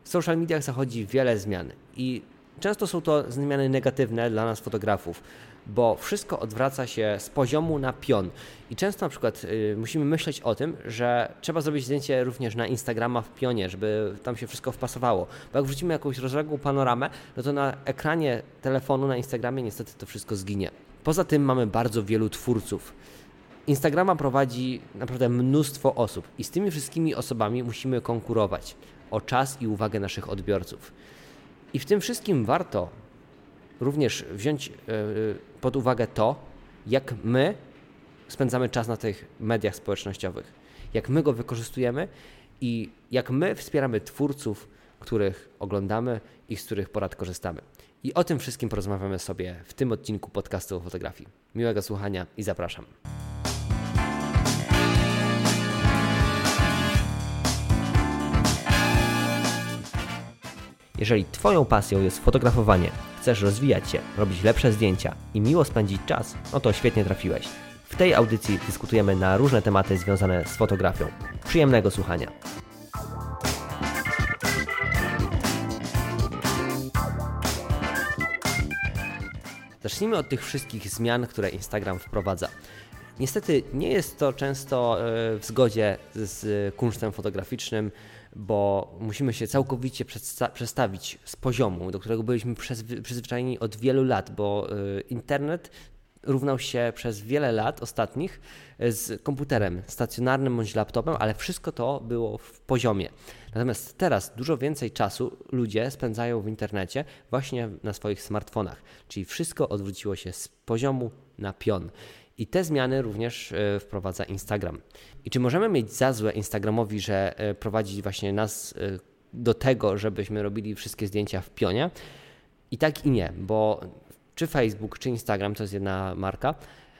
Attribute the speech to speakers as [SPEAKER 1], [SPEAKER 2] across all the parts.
[SPEAKER 1] W social mediach zachodzi wiele zmian i często są to zmiany negatywne dla nas fotografów, bo wszystko odwraca się z poziomu na pion i często na przykład musimy myśleć o tym, że trzeba zrobić zdjęcie również na Instagrama w pionie, żeby tam się wszystko wpasowało, bo jak wrzucimy jakąś rozległą panoramę, no to na ekranie telefonu na Instagramie niestety to wszystko zginie. Poza tym mamy bardzo wielu twórców. Instagrama prowadzi naprawdę mnóstwo osób i z tymi wszystkimi osobami musimy konkurować o czas i uwagę naszych odbiorców. I w tym wszystkim warto również wziąć pod uwagę to, jak my spędzamy czas na tych mediach społecznościowych, jak my go wykorzystujemy i jak my wspieramy twórców, których oglądamy i z których porad korzystamy. I o tym wszystkim porozmawiamy sobie w tym odcinku podcastu o fotografii. Miłego słuchania i zapraszam. Jeżeli Twoją pasją jest fotografowanie, chcesz rozwijać się, robić lepsze zdjęcia i miło spędzić czas, no to świetnie trafiłeś. W tej audycji dyskutujemy na różne tematy związane z fotografią. Przyjemnego słuchania. Zacznijmy od tych wszystkich zmian, które Instagram wprowadza. Niestety nie jest to często w zgodzie z kunsztem fotograficznym, bo musimy się całkowicie przestawić z poziomu, do którego byliśmy przyzwyczajeni od wielu lat, bo internet równał się przez wiele lat ostatnich z komputerem stacjonarnym bądź laptopem, ale wszystko to było w poziomie. Natomiast teraz dużo więcej czasu ludzie spędzają w internecie właśnie na swoich smartfonach, czyli wszystko odwróciło się z poziomu na pion. I te zmiany również wprowadza Instagram. I czy możemy mieć za złe Instagramowi, że prowadzi właśnie nas do tego, żebyśmy robili wszystkie zdjęcia w pionie? I tak i nie, bo czy Facebook, czy Instagram, to jest jedna marka,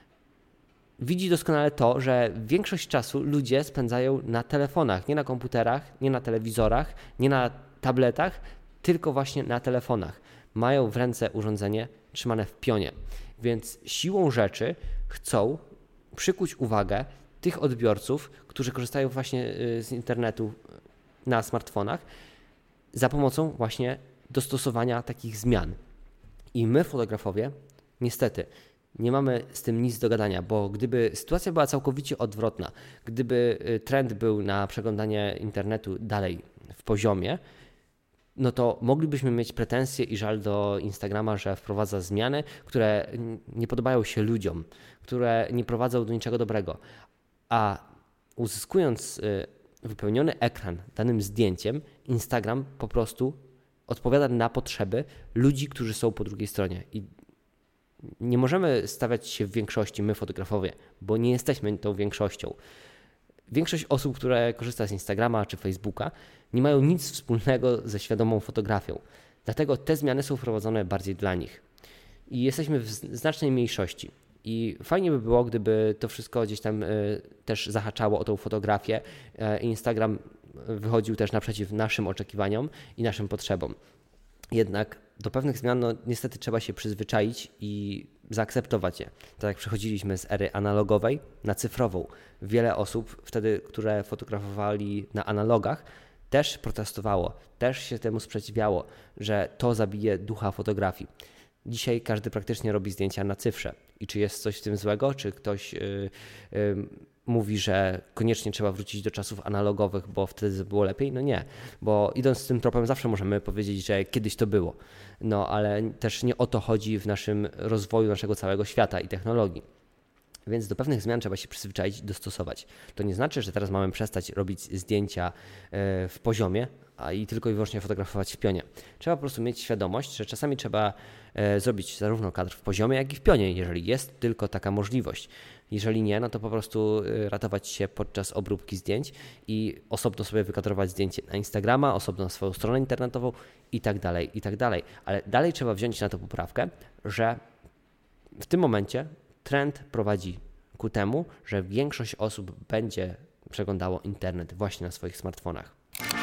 [SPEAKER 1] widzi doskonale to, że większość czasu ludzie spędzają na telefonach, nie na komputerach, nie na telewizorach, nie na tabletach, tylko właśnie na telefonach. Mają w ręce urządzenie trzymane w pionie, więc siłą rzeczy chcą przykuć uwagę tych odbiorców, którzy korzystają właśnie z internetu na smartfonach za pomocą właśnie dostosowania takich zmian. I my, fotografowie, niestety nie mamy z tym nic do gadania, bo gdyby sytuacja była całkowicie odwrotna, gdyby trend był na przeglądanie internetu dalej w poziomie, no to moglibyśmy mieć pretensje i żal do Instagrama, że wprowadza zmiany, które nie podobają się ludziom, które nie prowadzą do niczego dobrego. A uzyskując wypełniony ekran danym zdjęciem, Instagram po prostu odpowiada na potrzeby ludzi, którzy są po drugiej stronie. I nie możemy stawiać się w większości, my fotografowie, bo nie jesteśmy tą większością. Większość osób, które korzysta z Instagrama czy Facebooka, nie mają nic wspólnego ze świadomą fotografią. Dlatego te zmiany są wprowadzone bardziej dla nich. I jesteśmy w znacznej mniejszości. I fajnie by było, gdyby to wszystko gdzieś tam też zahaczało o tą fotografię. Instagram wychodził też naprzeciw naszym oczekiwaniom i naszym potrzebom. Jednak do pewnych zmian niestety trzeba się przyzwyczaić i zaakceptować je. Tak jak przechodziliśmy z ery analogowej na cyfrową. Wiele osób wtedy, które fotografowali na analogach, też protestowało, też się temu sprzeciwiało, że to zabije ducha fotografii. Dzisiaj każdy praktycznie robi zdjęcia na cyfrze. I czy jest coś w tym złego? Czy ktoś mówi, że koniecznie trzeba wrócić do czasów analogowych, bo wtedy było lepiej? No nie, bo idąc tym tropem zawsze możemy powiedzieć, że kiedyś to było. No ale też nie o to chodzi w naszym rozwoju naszego całego świata i technologii. Więc do pewnych zmian trzeba się przyzwyczaić, dostosować. To nie znaczy, że teraz mamy przestać robić zdjęcia w poziomie, a i tylko i wyłącznie fotografować w pionie. Trzeba po prostu mieć świadomość, że czasami trzeba zrobić zarówno kadr w poziomie, jak i w pionie, jeżeli jest tylko taka możliwość. Jeżeli nie, no to po prostu ratować się podczas obróbki zdjęć i osobno sobie wykadrować zdjęcie na Instagrama, osobno na swoją stronę internetową i tak dalej, i tak dalej. Ale dalej trzeba wziąć na to poprawkę, że w tym momencie trend prowadzi ku temu, że większość osób będzie przeglądało internet właśnie na swoich smartfonach.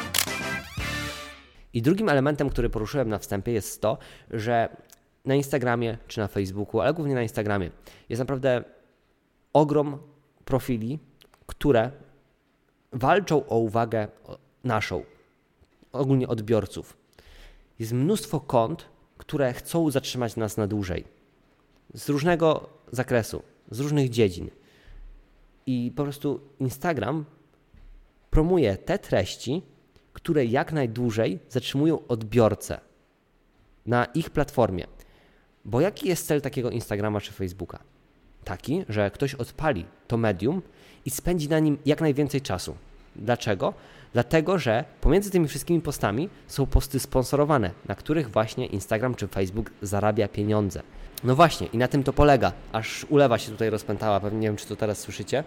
[SPEAKER 1] I drugim elementem, który poruszyłem na wstępie, jest to, że na Instagramie czy na Facebooku, ale głównie na Instagramie jest naprawdę ogrom profili, które walczą o uwagę naszą. ogólnie odbiorców. Jest mnóstwo kont, które chcą zatrzymać nas na dłużej. Z różnego zakresu, z różnych dziedzin. I po prostu Instagram promuje te treści, które jak najdłużej zatrzymują odbiorcę na ich platformie. Bo jaki jest cel takiego Instagrama czy Facebooka? Taki, że ktoś odpali to medium i spędzi na nim jak najwięcej czasu. Dlaczego? Dlatego, że pomiędzy tymi wszystkimi postami są posty sponsorowane, na których właśnie Instagram czy Facebook zarabia pieniądze. No właśnie i na tym to polega. Aż ulewa się tutaj rozpętała, pewnie nie wiem, czy to teraz słyszycie,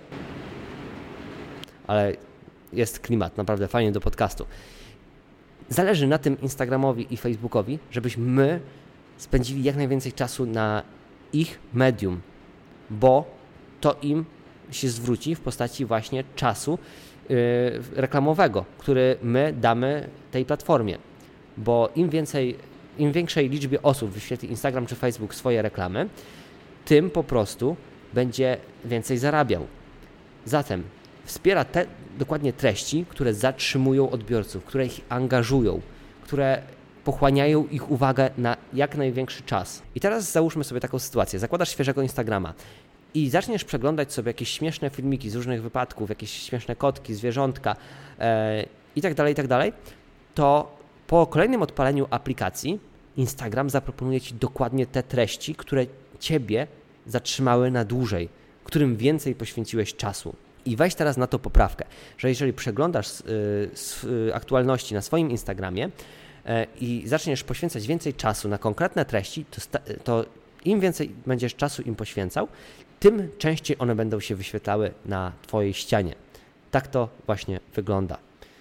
[SPEAKER 1] ale jest klimat, naprawdę fajnie do podcastu. Zależy na tym Instagramowi i Facebookowi, żebyśmy spędzili jak najwięcej czasu na ich medium, bo to im się zwróci w postaci właśnie czasu reklamowego, który my damy tej platformie, bo im większej liczbie osób wyświetli Instagram czy Facebook swoje reklamy, tym po prostu będzie więcej zarabiał. Zatem wspiera te dokładnie treści, które zatrzymują odbiorców, które ich angażują, które pochłaniają ich uwagę na jak największy czas. I teraz załóżmy sobie taką sytuację. Zakładasz świeżego Instagrama i zaczniesz przeglądać sobie jakieś śmieszne filmiki z różnych wypadków, jakieś śmieszne kotki, zwierzątka i tak dalej, to po kolejnym odpaleniu aplikacji Instagram zaproponuje Ci dokładnie te treści, które Ciebie zatrzymały na dłużej, którym więcej poświęciłeś czasu. I weź teraz na to poprawkę, że jeżeli przeglądasz aktualności na swoim Instagramie i zaczniesz poświęcać więcej czasu na konkretne treści, to im więcej będziesz czasu im poświęcał, tym częściej one będą się wyświetlały na Twojej ścianie. Tak to właśnie wygląda.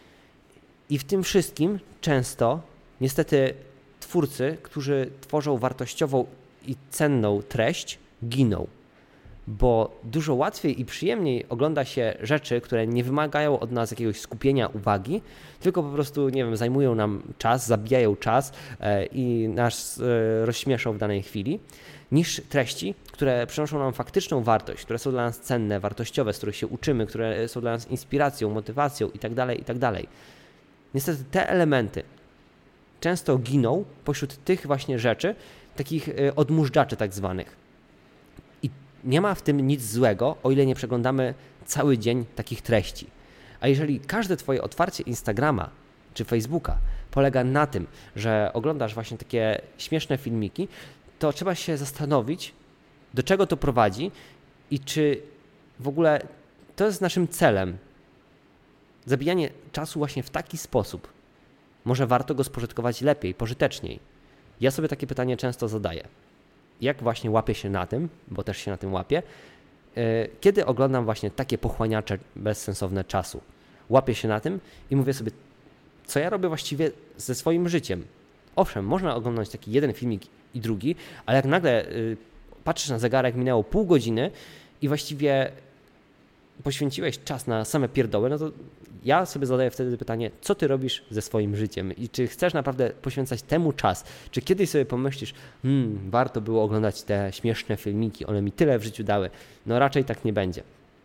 [SPEAKER 1] I w tym wszystkim często niestety twórcy, którzy tworzą wartościową i cenną treść, giną. Bo dużo łatwiej i przyjemniej ogląda się rzeczy, które nie wymagają od nas jakiegoś skupienia uwagi, tylko po prostu, nie wiem, zajmują nam czas, zabijają czas i nas rozśmieszą w danej chwili, niż treści, które przynoszą nam faktyczną wartość, które są dla nas cenne, wartościowe, z których się uczymy, które są dla nas inspiracją, motywacją itd. Niestety te elementy często giną pośród tych właśnie rzeczy, takich odmóżdżaczy tak zwanych. I nie ma w tym nic złego, o ile nie przeglądamy cały dzień takich treści. A jeżeli każde Twoje otwarcie Instagrama czy Facebooka polega na tym, że oglądasz właśnie takie śmieszne filmiki, to trzeba się zastanowić, do czego to prowadzi i czy w ogóle to jest naszym celem. Zabijanie czasu właśnie w taki sposób. Może warto go spożytkować lepiej, pożyteczniej. Ja sobie takie pytanie często zadaję. Jak właśnie łapię się na tym, bo też się na tym łapię, kiedy oglądam właśnie takie pochłaniacze bezsensowne czasu. Łapię się na tym i mówię sobie, co ja robię właściwie ze swoim życiem. Owszem, można oglądać taki jeden filmik i drugi, ale jak nagle patrzysz na zegarek, minęło pół godziny i właściwie poświęciłeś czas na same pierdoły, no to ja sobie zadaję wtedy pytanie, co ty robisz ze swoim życiem i czy chcesz naprawdę poświęcać temu czas, czy kiedyś sobie pomyślisz, warto było oglądać te śmieszne filmiki, one mi tyle w życiu dały. No raczej tak nie będzie.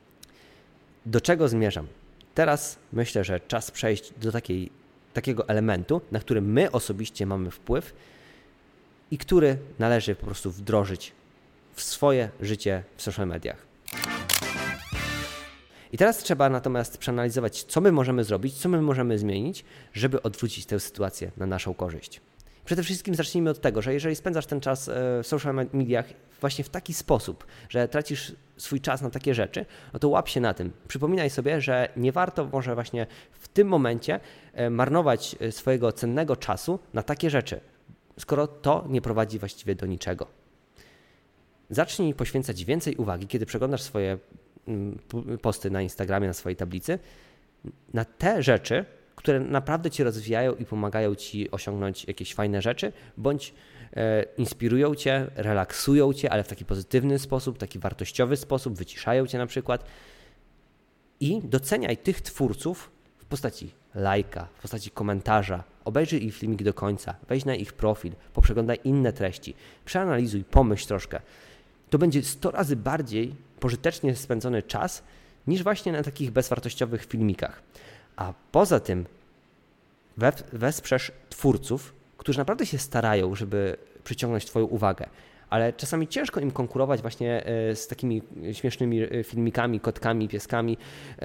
[SPEAKER 1] Do czego zmierzam? Teraz myślę, że czas przejść do takiego elementu, na który my osobiście mamy wpływ i który należy po prostu wdrożyć w swoje życie w social mediach. I teraz trzeba natomiast przeanalizować, co my możemy zrobić, co my możemy zmienić, żeby odwrócić tę sytuację na naszą korzyść. Przede wszystkim zacznijmy od tego, że jeżeli spędzasz ten czas w social mediach właśnie w taki sposób, że tracisz swój czas na takie rzeczy, no to łap się na tym. Przypominaj sobie, że nie warto może właśnie w tym momencie marnować swojego cennego czasu na takie rzeczy, skoro to nie prowadzi właściwie do niczego. Zacznij poświęcać więcej uwagi, kiedy przeglądasz swoje posty na Instagramie, na swojej tablicy, na te rzeczy, które naprawdę Cię rozwijają i pomagają Ci osiągnąć jakieś fajne rzeczy, bądź inspirują Cię, relaksują Cię, ale w taki pozytywny sposób, taki wartościowy sposób, wyciszają Cię na przykład. I doceniaj tych twórców w postaci lajka, w postaci komentarza, obejrzyj ich filmik do końca, wejdź na ich profil, poprzeglądaj inne treści, przeanalizuj, pomyśl troszkę. To będzie 100 razy bardziej pożytecznie spędzony czas niż właśnie na takich bezwartościowych filmikach. A poza tym wesprzesz twórców, którzy naprawdę się starają, żeby przyciągnąć twoją uwagę, ale czasami ciężko im konkurować właśnie z takimi śmiesznymi filmikami, kotkami, pieskami,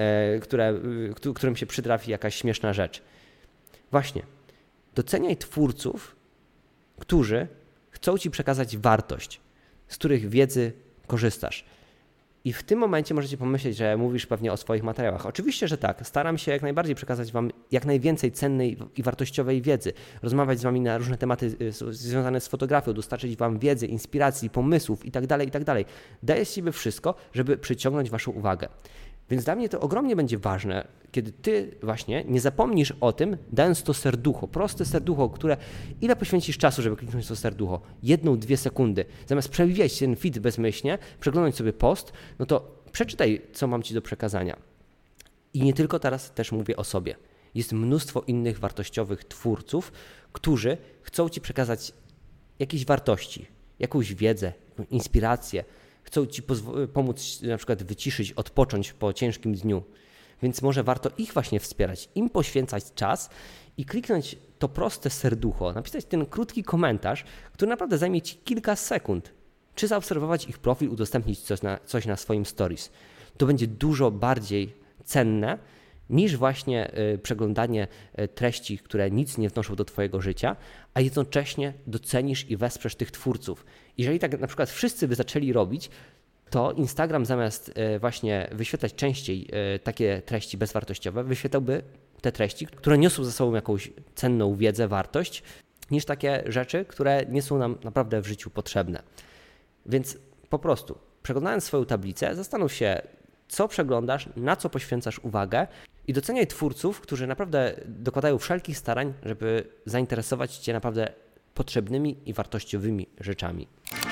[SPEAKER 1] którym się przytrafi jakaś śmieszna rzecz. Właśnie, doceniaj twórców, którzy chcą ci przekazać wartość, z których wiedzy korzystasz. I w tym momencie możecie pomyśleć, że mówisz pewnie o swoich materiałach. Oczywiście, że tak. Staram się jak najbardziej przekazać wam jak najwięcej cennej i wartościowej wiedzy, rozmawiać z wami na różne tematy związane z fotografią, dostarczyć wam wiedzy, inspiracji, pomysłów itd., itd. Daję z siebie wszystko, żeby przyciągnąć waszą uwagę. Więc dla mnie to ogromnie będzie ważne, kiedy ty właśnie nie zapomnisz o tym, dając to serducho, proste serducho, które ile poświęcisz czasu, żeby kliknąć to serducho? 1-2 sekundy. Zamiast przewijać ten feed bezmyślnie, przeglądać sobie post, no to przeczytaj, co mam ci do przekazania. I nie tylko teraz też mówię o sobie. Jest mnóstwo innych wartościowych twórców, którzy chcą ci przekazać jakieś wartości, jakąś wiedzę, inspirację, chcą ci pomóc na przykład wyciszyć, odpocząć po ciężkim dniu. Więc może warto ich właśnie wspierać, im poświęcać czas i kliknąć to proste serducho, napisać ten krótki komentarz, który naprawdę zajmie ci kilka sekund. Czy zaobserwować ich profil, udostępnić coś na swoim stories. To będzie dużo bardziej cenne niż właśnie przeglądanie treści, które nic nie wnoszą do twojego życia, a jednocześnie docenisz i wesprzesz tych twórców. Jeżeli tak na przykład wszyscy by zaczęli robić, to Instagram zamiast właśnie wyświetlać częściej takie treści bezwartościowe, wyświetlałby te treści, które niosą ze sobą jakąś cenną wiedzę, wartość, niż takie rzeczy, które nie są nam naprawdę w życiu potrzebne. Więc po prostu, przeglądając swoją tablicę, zastanów się, co przeglądasz, na co poświęcasz uwagę i doceniaj twórców, którzy naprawdę dokładają wszelkich starań, żeby zainteresować cię naprawdę potrzebnymi i wartościowymi rzeczami.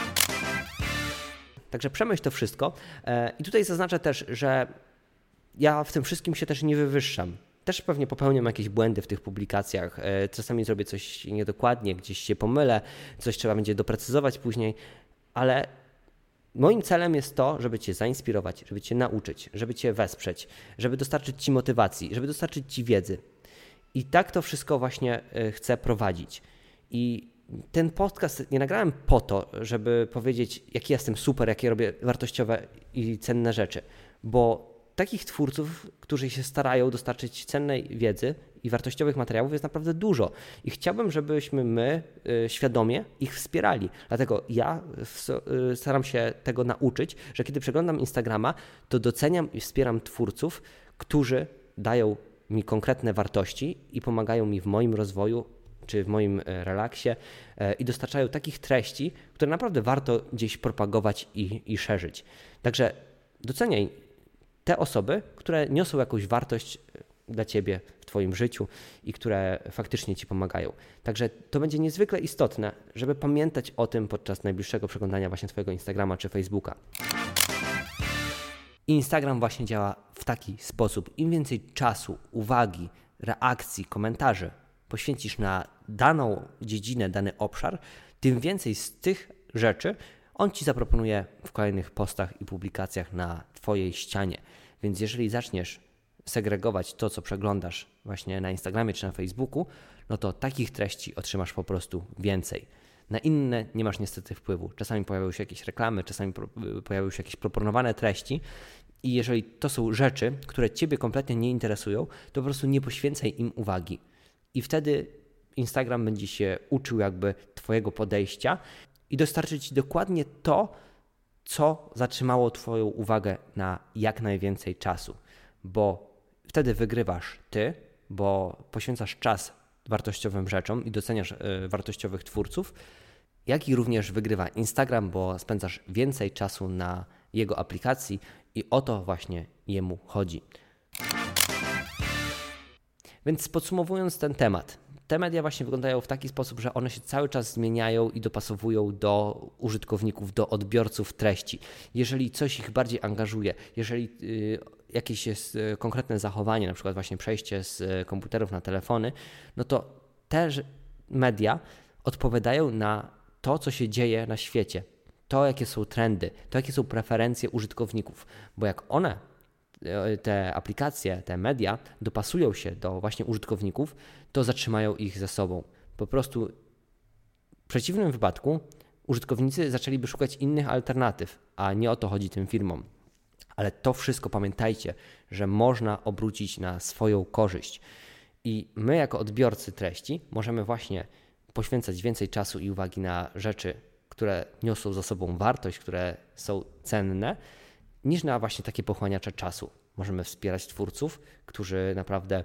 [SPEAKER 1] Także przemyśl to wszystko i tutaj zaznaczę też, że ja w tym wszystkim się też nie wywyższam. Też pewnie popełniam jakieś błędy w tych publikacjach, czasami zrobię coś niedokładnie, gdzieś się pomylę, coś trzeba będzie doprecyzować później, ale moim celem jest to, żeby cię zainspirować, żeby cię nauczyć, żeby cię wesprzeć, żeby dostarczyć ci motywacji, żeby dostarczyć ci wiedzy. I tak to wszystko właśnie chcę prowadzić. I ten podcast nie nagrałem po to, żeby powiedzieć, jaki jestem super, jakie robię wartościowe i cenne rzeczy, bo takich twórców, którzy się starają dostarczyć cennej wiedzy i wartościowych materiałów jest naprawdę dużo i chciałbym, żebyśmy my świadomie ich wspierali. Dlatego ja staram się tego nauczyć, że kiedy przeglądam Instagrama, to doceniam i wspieram twórców, którzy dają mi konkretne wartości i pomagają mi w moim rozwoju czy w moim relaksie i dostarczają takich treści, które naprawdę warto gdzieś propagować i szerzyć. Także doceniaj te osoby, które niosą jakąś wartość dla ciebie w twoim życiu i które faktycznie ci pomagają. Także to będzie niezwykle istotne, żeby pamiętać o tym podczas najbliższego przeglądania właśnie twojego Instagrama czy Facebooka. Instagram właśnie działa w taki sposób. Im więcej czasu, uwagi, reakcji, komentarzy poświęcisz na daną dziedzinę, dany obszar, tym więcej z tych rzeczy on ci zaproponuje w kolejnych postach i publikacjach na twojej ścianie. Więc jeżeli zaczniesz segregować to, co przeglądasz właśnie na Instagramie czy na Facebooku, no to takich treści otrzymasz po prostu więcej. Na inne nie masz niestety wpływu. Czasami pojawiają się jakieś reklamy, czasami pojawiają się jakieś proponowane treści i jeżeli to są rzeczy, które ciebie kompletnie nie interesują, to po prostu nie poświęcaj im uwagi. I wtedy Instagram będzie się uczył jakby twojego podejścia i dostarczy ci dokładnie to, co zatrzymało twoją uwagę na jak najwięcej czasu. Bo wtedy wygrywasz ty, bo poświęcasz czas wartościowym rzeczom i doceniasz wartościowych twórców, jak i również wygrywa Instagram, bo spędzasz więcej czasu na jego aplikacji i o to właśnie jemu chodzi. Więc podsumowując ten temat, te media właśnie wyglądają w taki sposób, że one się cały czas zmieniają i dopasowują do użytkowników, do odbiorców treści. Jeżeli coś ich bardziej angażuje, jeżeli jakieś jest konkretne zachowanie, na przykład właśnie przejście z komputerów na telefony, no to te media odpowiadają na to, co się dzieje na świecie, to jakie są trendy, to jakie są preferencje użytkowników, bo jak one te aplikacje, te media dopasują się do właśnie użytkowników, to zatrzymają ich za sobą. Po prostu w przeciwnym wypadku użytkownicy zaczęliby szukać innych alternatyw, a nie o to chodzi tym firmom. Ale to wszystko pamiętajcie, że można obrócić na swoją korzyść. I my jako odbiorcy treści możemy właśnie poświęcać więcej czasu i uwagi na rzeczy, które niosą za sobą wartość, które są cenne, niż na właśnie takie pochłaniacze czasu. Możemy wspierać twórców, którzy naprawdę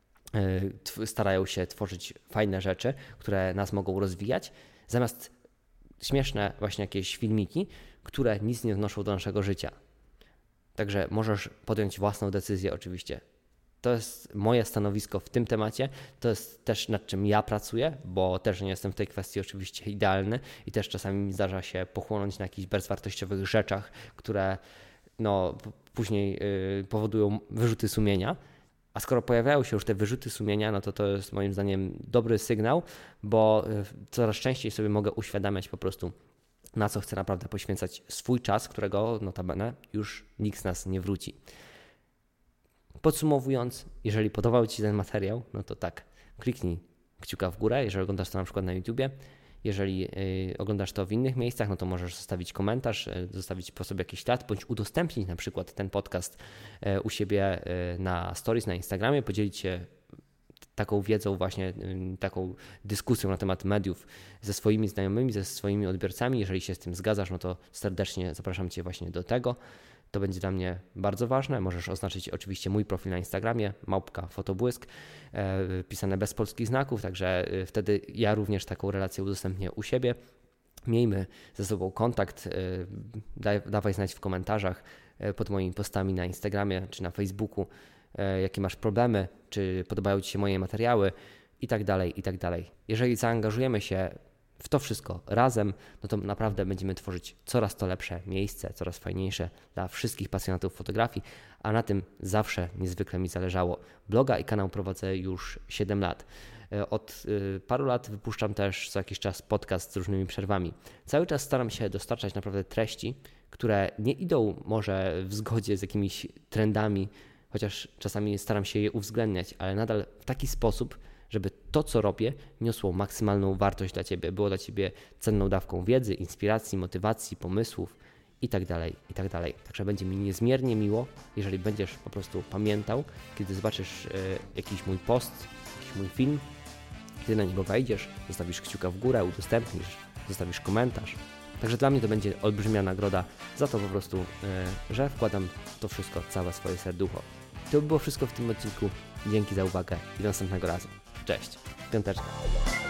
[SPEAKER 1] starają się tworzyć fajne rzeczy, które nas mogą rozwijać, zamiast śmieszne właśnie jakieś filmiki, które nic nie wnoszą do naszego życia. Także możesz podjąć własną decyzję oczywiście. To jest moje stanowisko w tym temacie, to jest też nad czym ja pracuję, bo też nie jestem w tej kwestii oczywiście idealny i też czasami mi zdarza się pochłonąć na jakichś bezwartościowych rzeczach, które później powodują wyrzuty sumienia. A skoro pojawiają się już te wyrzuty sumienia, to jest moim zdaniem dobry sygnał, bo coraz częściej sobie mogę uświadamiać po prostu, na co chcę naprawdę poświęcać swój czas, którego notabene już nikt z nas nie wróci. Podsumowując, jeżeli podobał Ci ten materiał, to tak, kliknij kciuka w górę, jeżeli oglądasz to na przykład na YouTubie. Jeżeli oglądasz to w innych miejscach, to możesz zostawić komentarz, zostawić po sobie jakiś ślad, bądź udostępnić na przykład ten podcast u siebie na stories, na Instagramie, podzielić się taką wiedzą właśnie, taką dyskusją na temat mediów ze swoimi znajomymi, ze swoimi odbiorcami. Jeżeli się z tym zgadzasz, to serdecznie zapraszam Cię właśnie do tego. To będzie dla mnie bardzo ważne. Możesz oznaczyć oczywiście mój profil na Instagramie, @fotobłysk, pisane bez polskich znaków, także wtedy ja również taką relację udostępnię u siebie. Miejmy ze sobą kontakt, dawaj znać w komentarzach pod moimi postami na Instagramie czy na Facebooku, jakie masz problemy, czy podobają Ci się moje materiały i tak dalej, i tak dalej. Jeżeli zaangażujemy się w to wszystko razem, to naprawdę będziemy tworzyć coraz to lepsze miejsce, coraz fajniejsze dla wszystkich pasjonatów fotografii, a na tym zawsze niezwykle mi zależało. Bloga i kanał prowadzę już 7 lat. Od paru lat wypuszczam też co jakiś czas podcast z różnymi przerwami. Cały czas staram się dostarczać naprawdę treści, które nie idą może w zgodzie z jakimiś trendami, chociaż czasami staram się je uwzględniać, ale nadal w taki sposób, żeby to, co robię, niosło maksymalną wartość dla Ciebie, było dla Ciebie cenną dawką wiedzy, inspiracji, motywacji, pomysłów itd. Także będzie mi niezmiernie miło, jeżeli będziesz po prostu pamiętał, kiedy zobaczysz jakiś mój post, jakiś mój film, kiedy na niego wejdziesz, zostawisz kciuka w górę, udostępnisz, zostawisz komentarz. Także dla mnie to będzie olbrzymia nagroda za to po prostu, że wkładam w to wszystko całe swoje serducho. To by było wszystko w tym odcinku. Dzięki za uwagę i do następnego razu. Cześć, piąteczka.